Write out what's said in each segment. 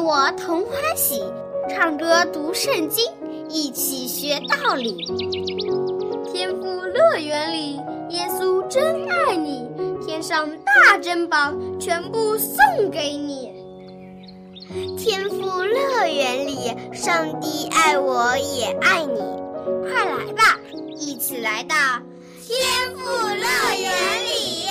我同欢喜，唱歌读圣经，一起学道理。天父乐园里，耶稣真爱你，天上大珍宝全部送给你。天父乐园里，上帝爱我也爱你，快来吧，一起来到天父乐园里。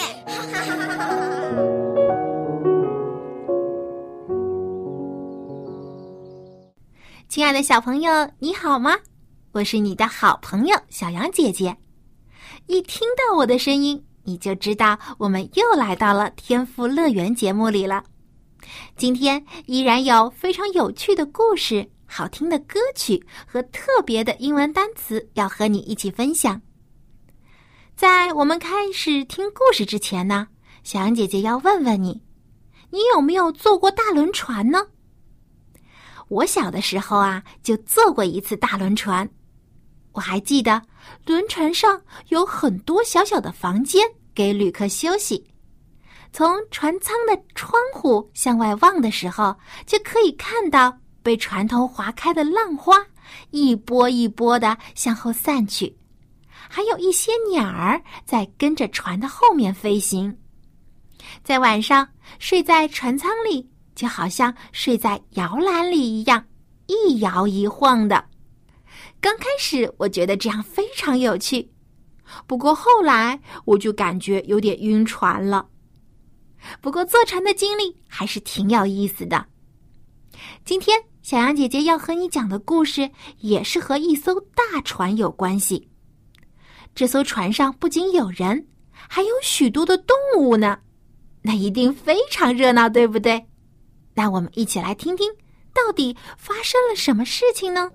亲爱的小朋友，你好吗？我是你的好朋友小羊姐姐。一听到我的声音，你就知道我们又来到了天父乐园节目里了。今天依然有非常有趣的故事、好听的歌曲和特别的英文单词要和你一起分享。在我们开始听故事之前呢，小羊姐姐要问问你，你有没有坐过大轮船呢？我小的时候啊，就坐过一次大轮船。我还记得轮船上有很多小小的房间给旅客休息。从船舱的窗户向外望的时候，就可以看到被船头划开的浪花一波一波地向后散去，还有一些鸟儿在跟着船的后面飞行。在晚上睡在船舱里，就好像睡在摇篮里一样，一摇一晃的。刚开始我觉得这样非常有趣，不过后来我就感觉有点晕船了。不过坐船的经历还是挺有意思的。今天小羊姐姐要和你讲的故事也是和一艘大船有关系。这艘船上不仅有人，还有许多的动物呢，那一定非常热闹，对不对？那我们一起来听听，到底发生了什么事情呢？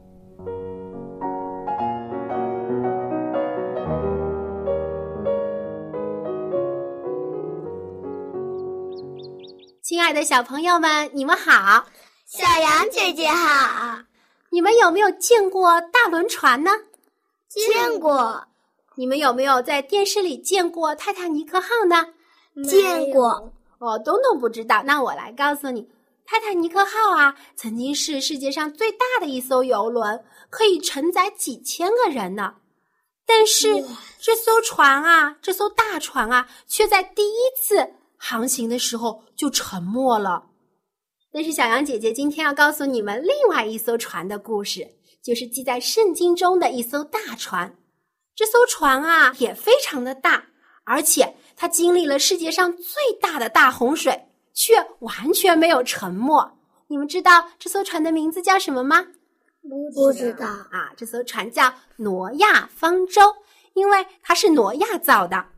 亲爱的小朋友们，你们好。 小羊姐姐好。 你们有没有见过大轮船呢？ 见过。 你们有没有在电视里见过泰坦尼克号呢？ 见过。 东东不知道，那我来告诉你。泰坦尼克号啊，曾经是世界上最大的一艘邮轮，可以承载几千个人呢。但是这艘大船啊，却在第一次航行的时候就沉没了。但是小羊姐姐今天要告诉你们另外一艘船的故事，就是记在圣经中的一艘大船。这艘船啊也非常的大，而且它经历了世界上最大的大洪水，却完全没有沉没。你们知道这艘船的名字叫什么吗？ 不知道啊，这艘船叫挪亚方舟，因为它是挪亚造的。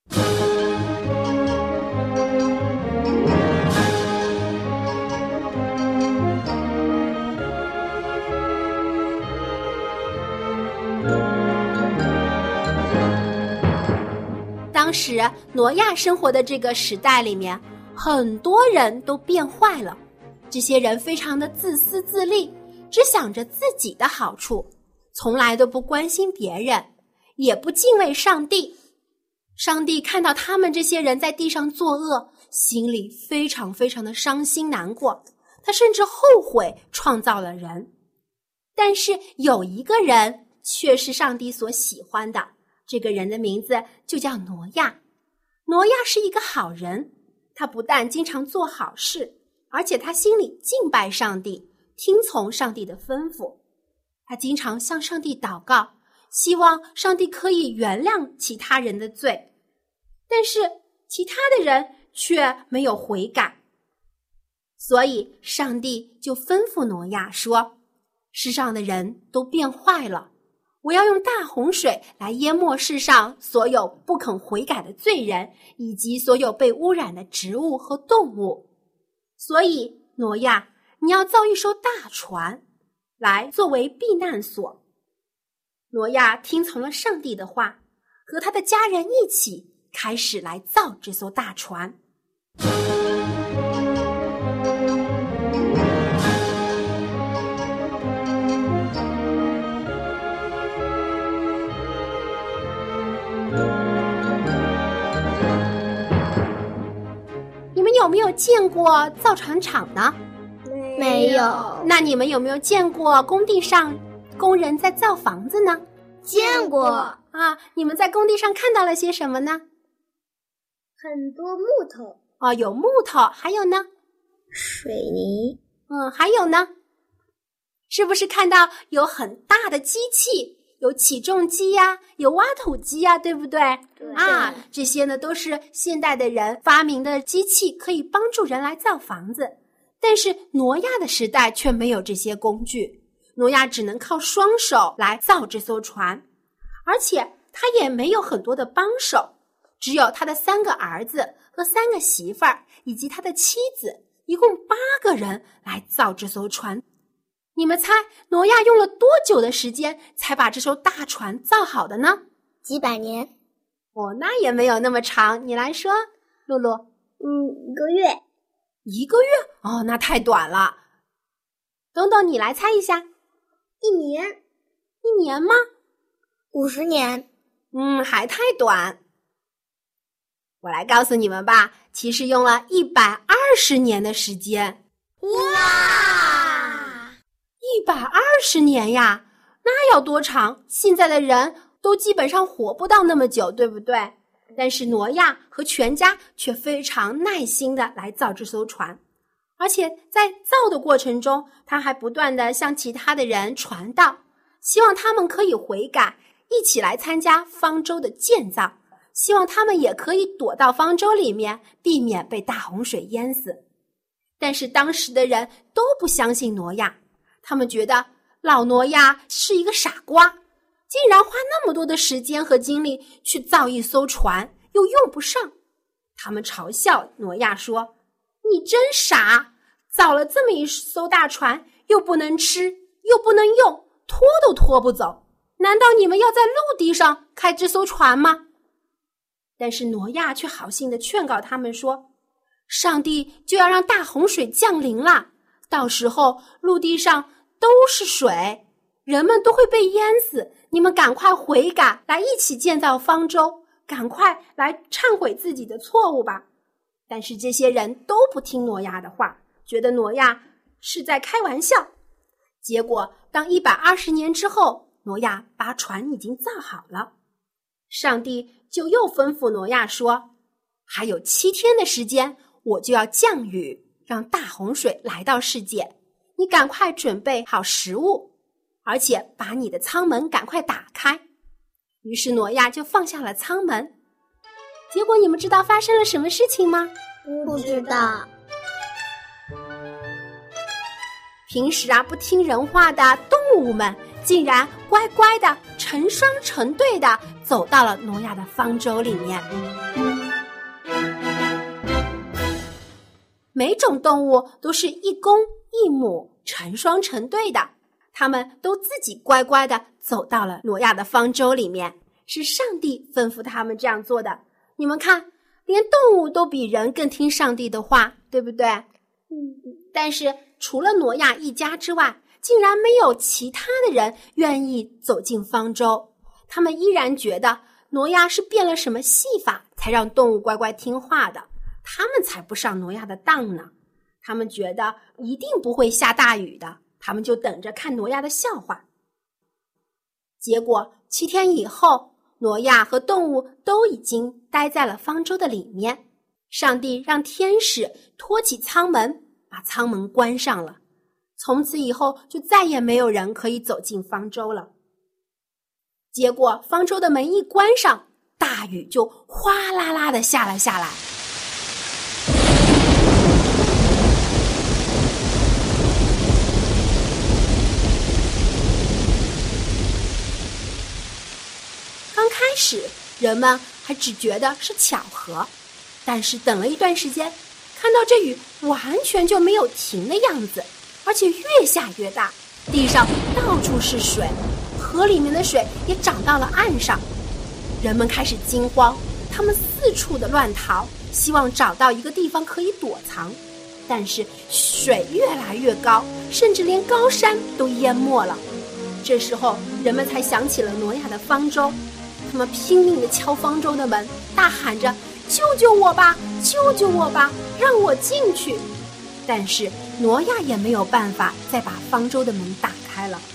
当时挪亚生活的这个时代里面，很多人都变坏了。这些人非常的自私自利，只想着自己的好处，从来都不关心别人，也不敬畏上帝。上帝看到他们这些人在地上作恶，心里非常非常的伤心难过，他甚至后悔创造了人。但是有一个人却是上帝所喜欢的，这个人的名字就叫挪亚。挪亚是一个好人，他不但经常做好事，而且他心里敬拜上帝，听从上帝的吩咐。他经常向上帝祷告，希望上帝可以原谅其他人的罪。但是其他的人却没有悔改，所以上帝就吩咐挪亚说，世上的人都变坏了，我要用大洪水来淹没世上所有不肯悔改的罪人，以及所有被污染的植物和动物。所以挪亚，你要造一艘大船来作为避难所。挪亚听从了上帝的话，和他的家人一起开始来造这艘大船。你们有没有见过造船厂呢？ 没有。 那你们有没有见过工地上工人在造房子呢？ 见过啊。你们在工地上看到了些什么呢？ 很多木头。 哦，有木头，还有呢？ 水泥。 还有呢？是不是看到有很大的机器，有起重机呀，有挖土机呀，对不对？ 对啊，这些呢都是现代的人发明的机器，可以帮助人来造房子。但是挪亚的时代却没有这些工具，挪亚只能靠双手来造这艘船，而且他也没有很多的帮手，只有他的3个儿子和3个媳妇儿以及他的妻子，一共8个人来造这艘船。你们猜挪亚用了多久的时间才把这艘大船造好的呢？ 几百年。 那也没有那么长。你来说，露露。 1个月。 1个月？那太短了。东东，你来猜一下。 1年。 1年吗 ？50年。 还太短。我来告诉你们吧，其实用了120年的时间。 哇 ！120年呀，那要多长？现在的人都基本上活不到那么久，对不对？但是挪亚和全家却非常耐心地来造这艘船，而且在造的过程中，他还不断地向其他的人传道，希望他们可以悔改，一起来参加方舟的建造，希望他们也可以躲到方舟里面，避免被大洪水淹死。但是当时的人都不相信挪亚，他们觉得老挪亚是一个傻瓜，竟然花那么多的时间和精力去造一艘船，又用不上。他们嘲笑挪亚说：“你真傻，造了这么一艘大船，又不能吃，又不能用，拖都拖不走。难道你们要在陆地上开这艘船吗？”但是挪亚却好心地劝告他们说：“上帝就要让大洪水降临了，到时候陆地上都是水，人们都会被淹死，你们赶快悔改，来一起建造方舟，赶快来忏悔自己的错误吧。”但是这些人都不听挪亚的话，觉得挪亚是在开玩笑。结果当120年之后，挪亚把船已经造好了，上帝就又吩咐挪亚说：“还有7天的时间，我就要降雨，让大洪水来到世界。你赶快准备好食物，而且把你的舱门赶快打开。”于是挪亚就放下了舱门。结果你们知道发生了什么事情吗？ 不知道。 平时不听人话的动物们，竟然乖乖的成双成对的走到了挪亚的方舟里面。每种动物都是一公一母，成双成对的，它们都自己乖乖的走到了挪亚的方舟里面，是上帝吩咐他们这样做的。你们看，连动物都比人更听上帝的话，对不对？但是除了挪亚一家之外，竟然没有其他的人愿意走进方舟。他们依然觉得挪亚是变了什么戏法，才让动物乖乖听话的。他们才不上挪亚的当呢。他们觉得一定不会下大雨的，他们就等着看挪亚的笑话。结果7天以后，挪亚和动物都已经待在了方舟的里面。上帝让天使托起舱门，把舱门关上了。从此以后，就再也没有人可以走进方舟了。结果方舟的门一关上，大雨就哗啦啦的下了下来。刚开始人们还只觉得是巧合，但是等了一段时间，看到这雨完全就没有停的样子，而且越下越大，地上到处是水，河里面的水也涨到了岸上。人们开始惊慌，他们四处的乱逃，希望找到一个地方可以躲藏。但是水越来越高，甚至连高山都淹没了。这时候人们才想起了挪亚的方舟，他们拼命地敲方舟的门，大喊着：救救我吧，救救我吧，让我进去。但是挪亚也没有办法再把方舟的门打开了。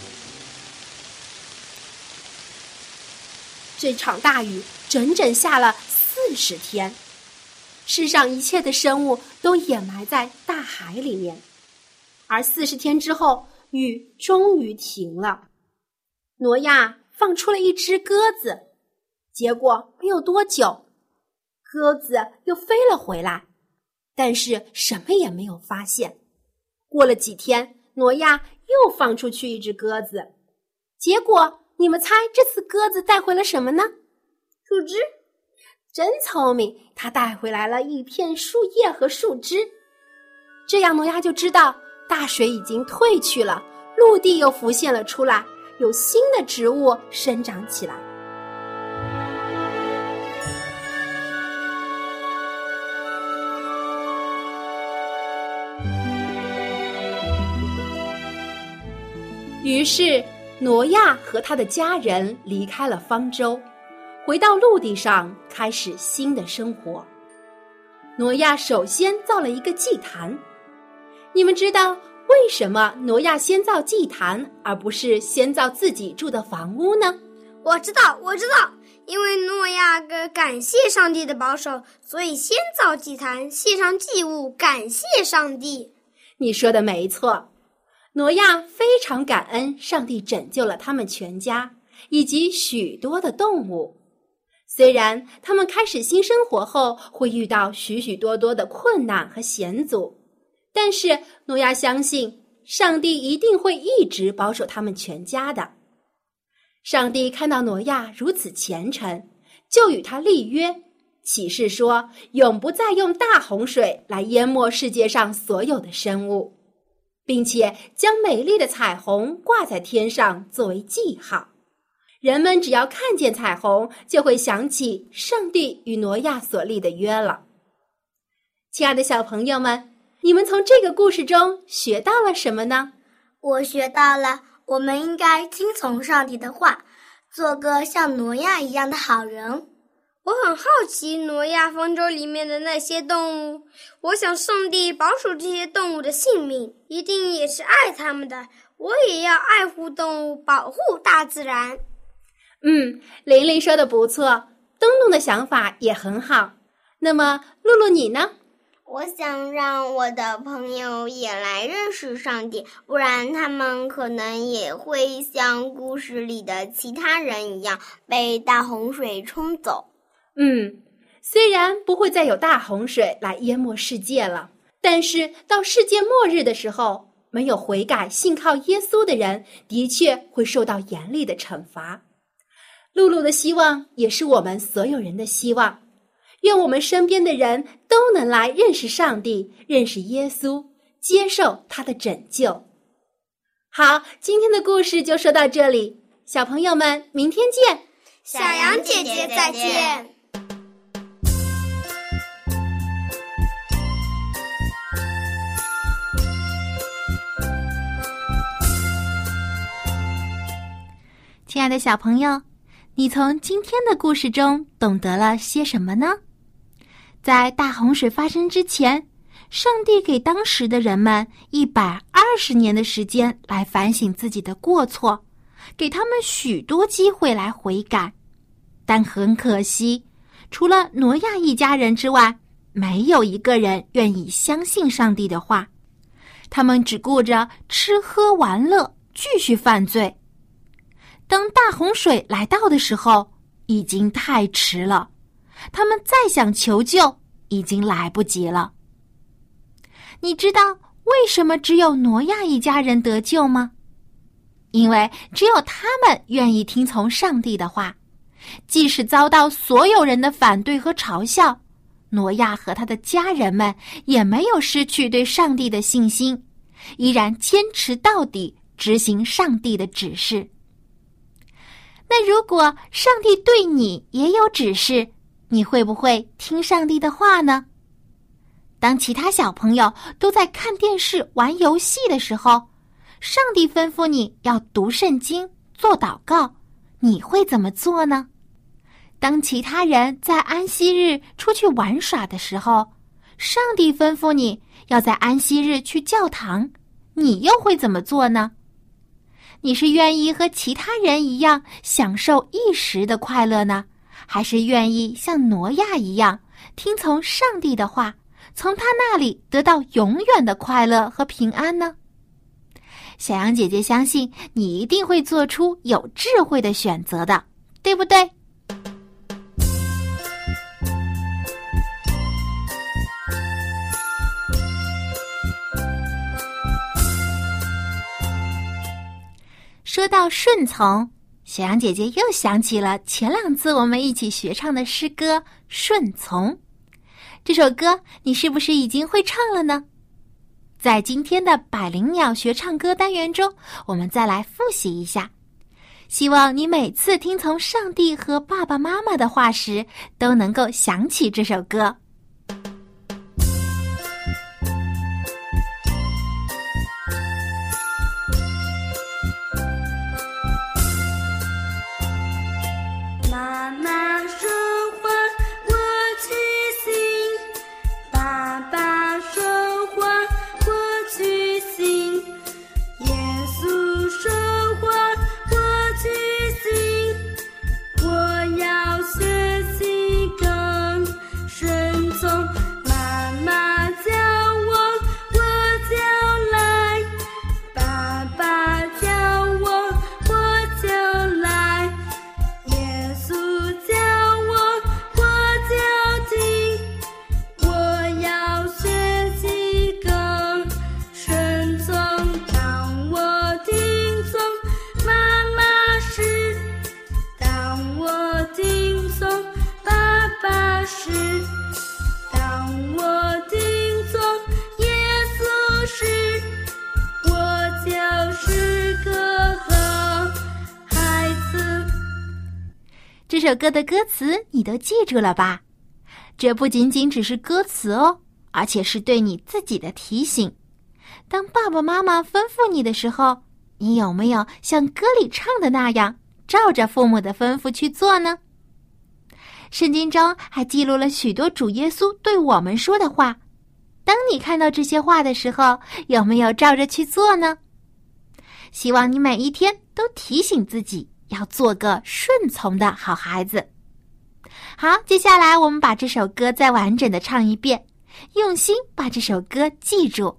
这场大雨整整下了40天，世上一切的生物都掩埋在大海里面。而40天之后，雨终于停了。挪亚放出了一只鸽子，结果没有多久，鸽子又飞了回来，但是什么也没有发现。过了几天，挪亚又放出去一只鸽子，结果你们猜这次鸽子带回了什么呢？ 树枝。 真聪明，它带回来了一片树叶和树枝。这样挪亚就知道大水已经退去了，陆地又浮现了出来，有新的植物生长起来。于是挪亚和他的家人离开了方舟，回到陆地上开始新的生活。挪亚首先造了一个祭坛。你们知道为什么挪亚先造祭坛而不是先造自己住的房屋呢？ 我知道，因为挪亚感谢上帝的保守，所以先造祭坛，献上祭物，感谢上帝。 你说的没错，挪亚非常感恩上帝拯救了他们全家以及许多的动物。虽然他们开始新生活后会遇到许许多多的困难和险阻，但是挪亚相信上帝一定会一直保守他们全家的。上帝看到挪亚如此虔诚，就与他立约，起誓说永不再用大洪水来淹没世界上所有的生物，并且将美丽的彩虹挂在天上作为记号。人们只要看见彩虹，就会想起上帝与挪亚所立的约了。亲爱的小朋友们，你们从这个故事中学到了什么呢？ 我学到了，我们应该听从上帝的话，做个像挪亚一样的好人。我很好奇挪亚方舟里面的那些动物，我想上帝保守这些动物的性命，一定也是爱他们的。我也要爱护动物，保护大自然。 玲玲说的不错，东东的想法也很好。那么露露你呢？ 我想让我的朋友也来认识上帝，不然他们可能也会像故事里的其他人一样被大洪水冲走。 虽然不会再有大洪水来淹没世界了，但是到世界末日的时候，没有悔改信靠耶稣的人的确会受到严厉的惩罚。露露的希望也是我们所有人的希望，愿我们身边的人都能来认识上帝，认识耶稣，接受他的拯救。好，今天的故事就说到这里，小朋友们，明天见。 小羊姐姐再见。 亲爱的小朋友，你从今天的故事中懂得了些什么呢？在大洪水发生之前，上帝给当时的人们120年的时间来反省自己的过错，给他们许多机会来悔改。但很可惜，除了挪亚一家人之外，没有一个人愿意相信上帝的话。他们只顾着吃喝玩乐，继续犯罪。当大洪水来到的时候，已经太迟了，他们再想求救，已经来不及了。你知道为什么只有挪亚一家人得救吗？因为只有他们愿意听从上帝的话，即使遭到所有人的反对和嘲笑，挪亚和他的家人们也没有失去对上帝的信心，依然坚持到底，执行上帝的指示。那如果上帝对你也有指示，你会不会听上帝的话呢？当其他小朋友都在看电视、玩游戏的时候，上帝吩咐你要读圣经、做祷告，你会怎么做呢？当其他人在安息日出去玩耍的时候， 上帝吩咐你要在安息日去教堂，你又会怎么做呢？你是愿意和其他人一样享受一时的快乐呢，还是愿意像挪亚一样听从上帝的话，从他那里得到永远的快乐和平安呢？小羊姐姐相信你一定会做出有智慧的选择的，对不对？说到顺从，小羊姐姐又想起了前2次我们一起学唱的诗歌《顺从》。这首歌你是不是已经会唱了呢？在今天的百灵鸟学唱歌单元中，我们再来复习一下。希望你每次听从上帝和爸爸妈妈的话时，都能够想起这首歌。 妈妈说话我去信，爸爸说话我去信，耶稣说话我去信，我要学习更顺从。妈妈叫我，我就来，爸爸叫我，我就来，耶稣叫我，我就听，我要学习更顺从。当我听从妈妈时，当我听从爸爸时，当我听从耶稣时，我就是个好孩子。 这首歌的歌词你都记住了吧？这不仅仅只是歌词哦，而且是对你自己的提醒。当爸爸妈妈吩咐你的时候，你有没有像歌里唱的那样，照着父母的吩咐去做呢？圣经中还记录了许多主耶稣对我们说的话。当你看到这些话的时候，有没有照着去做呢？希望你每一天都提醒自己，要做个顺从的好孩子。好，接下来我们把这首歌再完整的唱一遍，用心把这首歌记住。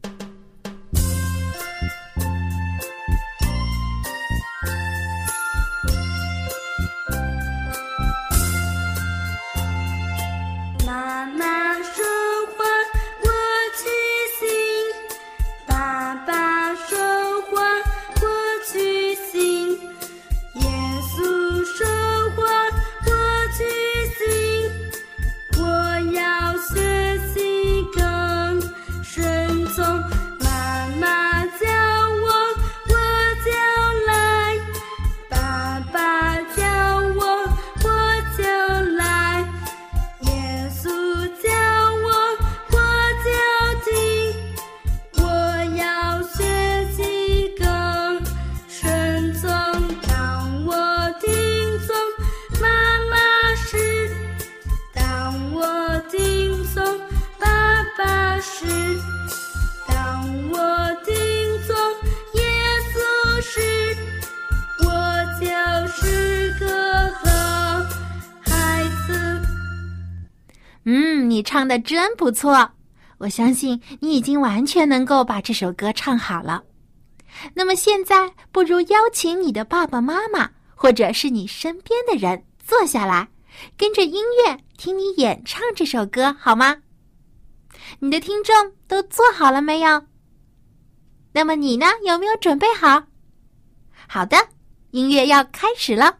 妈妈说话我去信，爸爸说话我去信，耶稣说话我去信，我要学习更顺从。妈妈叫我，我就来，爸爸叫我，我就来，耶稣叫我，我就听，我要学习更顺从。当我听从妈妈时，当我听从爸爸时，当我听从耶稣时，我就是个好孩子。 你唱得真不错，我相信你已经完全能够把这首歌唱好了。那么现在，不如邀请你的爸爸妈妈，或者是你身边的人坐下来，跟着音乐听你演唱这首歌，好吗？你的听众都做好了没有？那么你呢，有没有准备好？好的，音乐要开始了。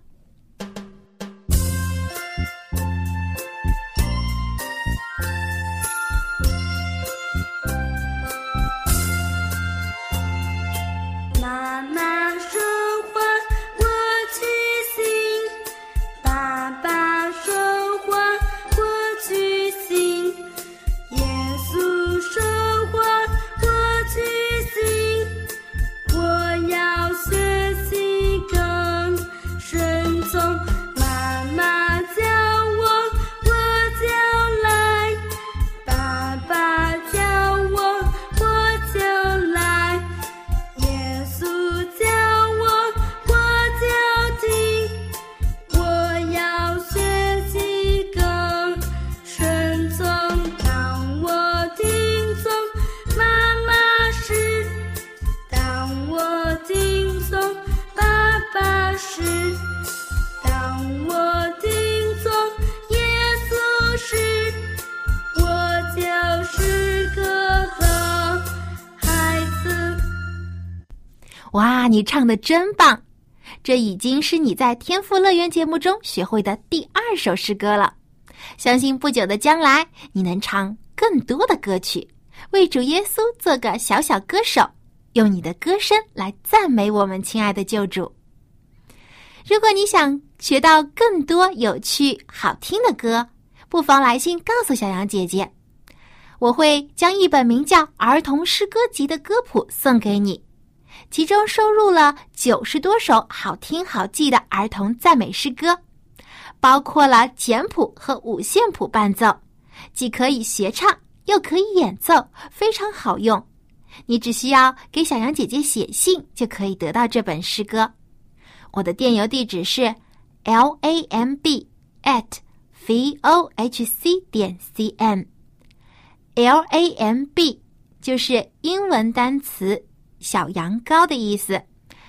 妈妈说话我去信，爸爸说话我去信，耶稣说话我去信，我要学习更顺哇，你唱得真棒！这已经是你在天赋乐园节目中学会的第2首诗歌了。相信不久的将来，你能唱更多的歌曲，为主耶稣做个小小歌手，用你的歌声来赞美我们亲爱的救主。如果你想学到更多有趣好听的歌，不妨来信告诉小羊姐姐，我会将一本名叫《儿童诗歌集》的歌谱送给你，其中收录了90多首好听好记的儿童赞美诗歌，包括了简谱和5线谱伴奏，既可以学唱又可以演奏，非常好用。你只需要给小羊姐姐写信就可以得到这本诗歌。我的电邮地址是 lamb@vohc.cn。 lamb 就是英文单词小羊羔的意思，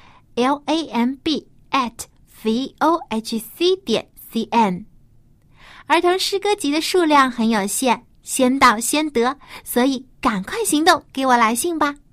lamb@vohc.cn。 儿童诗歌集的数量很有限，先到先得，所以赶快行动，给我来信吧。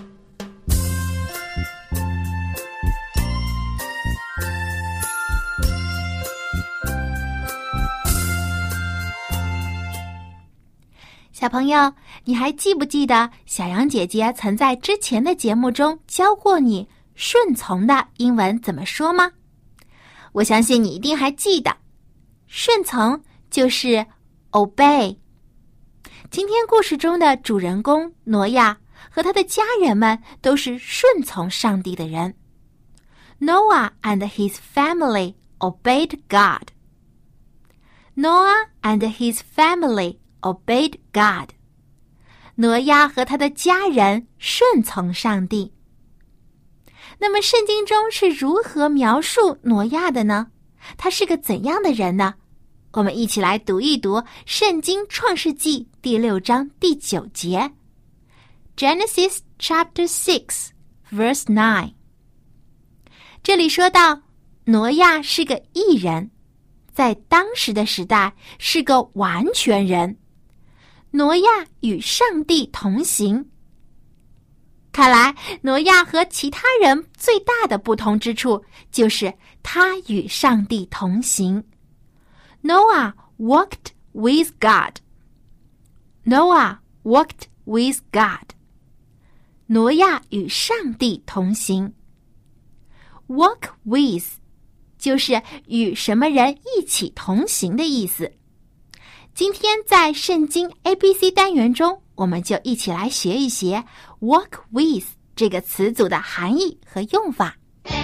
小朋友，你还记不记得小羊姐姐曾在之前的节目中教过你顺从的英文怎么说吗？我相信你一定还记得，顺从就是 obey。 今天故事中的主人公挪亚和他的家人们都是顺从上帝的人。 Noah and his family obeyed God. Noah and his family obeyed God. 挪亚和他的家人顺从上帝。那么圣经中是如何描述挪亚的呢？他是个怎样的人呢？我们一起来读一读圣经创世纪第6章第9节。 Genesis chapter 6 verse 9。 这里说到挪亚是个义人，在当时的时代是个完全人。挪亚与上帝同行。看来挪亚和其他人最大的不同之处就是他与上帝同行。 Noah walked with God. Noah walked with God. 挪亚与上帝同行。 Walk with 就是与什么人一起同行的意思。今天在圣经 ABC 单元中，我们就一起来学一学 walk with 这个词组的含义和用法。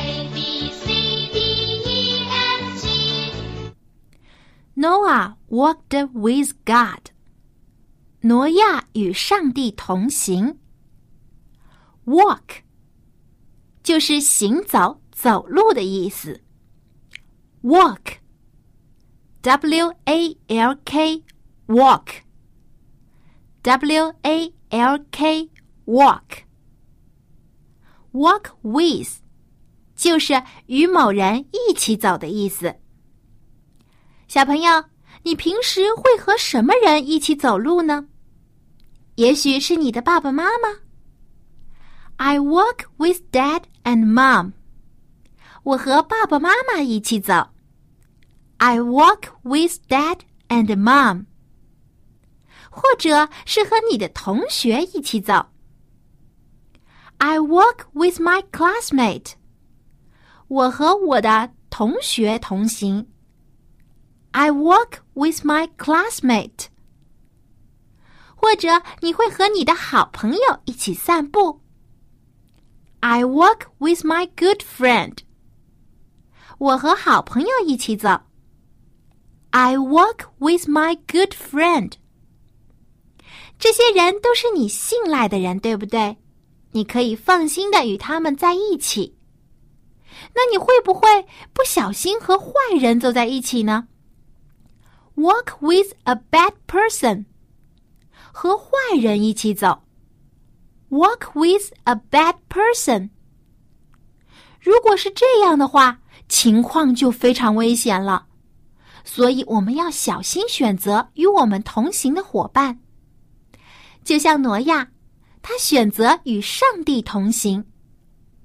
ABCDEFG Noah walked with God. 挪亚与上帝同行。 Walk 就是行走走路的意思。 Walk W-A-L-K walk. W-A-L-K walk. Walk with 就是与某人一起走的意思。小朋友，你平时会和什么人一起走路呢？也许是你的爸爸妈妈。 I walk with Dad and Mom. 我和爸爸妈妈一起走。I walk with Dad and Mom. 或者是和你的同学一起走。I walk with my classmate. 我和我的同学同行。I walk with my classmate. 或者你会和你的好朋友一起散步。I walk with my good friend. 我和好朋友一起走。I walk with my good friend. 这些人都是你信赖的人，对不对？你可以放心的与他们在一起。那你会不会不小心和坏人走在一起呢？ Walk with a bad person. 和坏人一起走。Walk with a bad person. 如果是这样的话，情况就非常危险了。所以我们要小心选择与我们同行的伙伴。就像挪亚，他选择与上帝同行。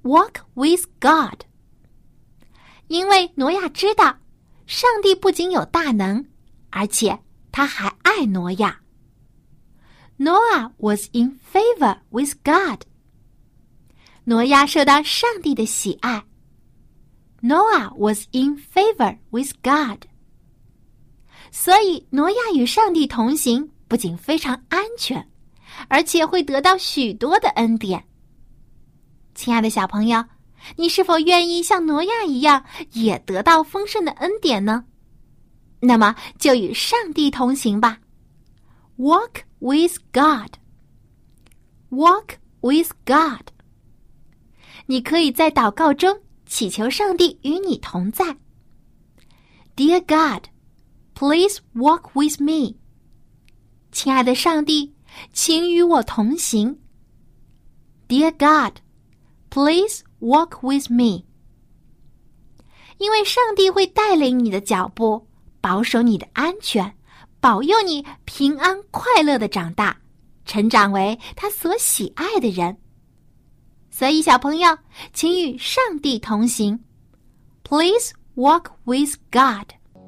walk with God。 因为挪亚知道，上帝不仅有大能，而且他还爱挪亚。Noah was in favor with God。 挪亚受到上帝的喜爱。Noah was in favor with God。 所以挪亚与上帝同行，不仅非常安全，而且会得到许多的恩典。亲爱的小朋友，你是否愿意像挪亚一样，也得到丰盛的恩典呢？那么就与上帝同行吧。Walk with God。 Walk with God。 你可以在祷告中祈求上帝与你同在。 Dear God, please walk with me。 亲爱的上帝，请与我同行。 Dear God, please walk with me。 因为上帝会带领你的脚步，保守你的安全，保佑你平安快乐地长大，成长为他所喜爱的人。所以小朋友，请与上帝同行。 Please walk with God。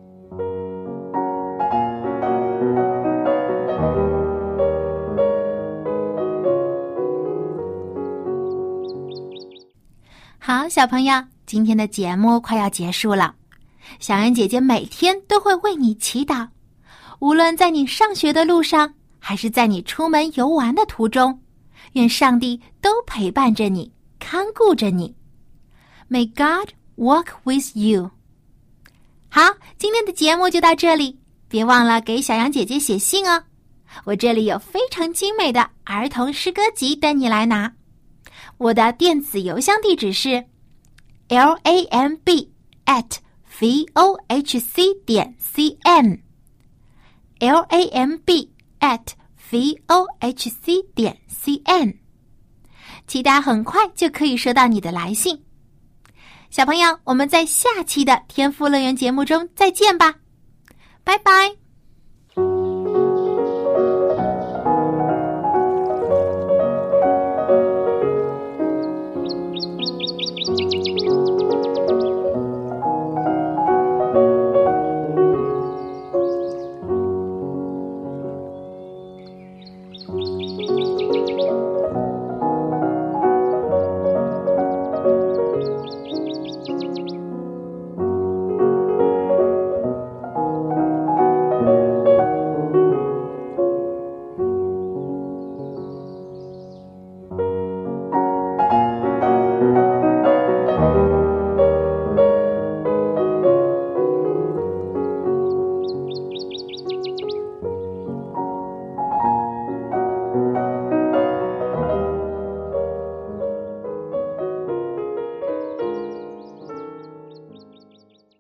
好，小朋友，今天的节目快要结束了。小恩姐姐每天都会为你祈祷，无论在你上学的路上，还是在你出门游玩的途中，愿上帝都陪伴着你，看顾着你。 May God walk with you。 好，今天的节目就到这里，别忘了给小羊姐姐写信哦。我这里有非常精美的儿童诗歌集等你来拿。我的电子邮箱地址是 lamb@vohc.cn lamb@vohc.cn， 期待很快就可以收到你的来信。小朋友，我们在下期的天赋乐园节目中再见吧，拜拜。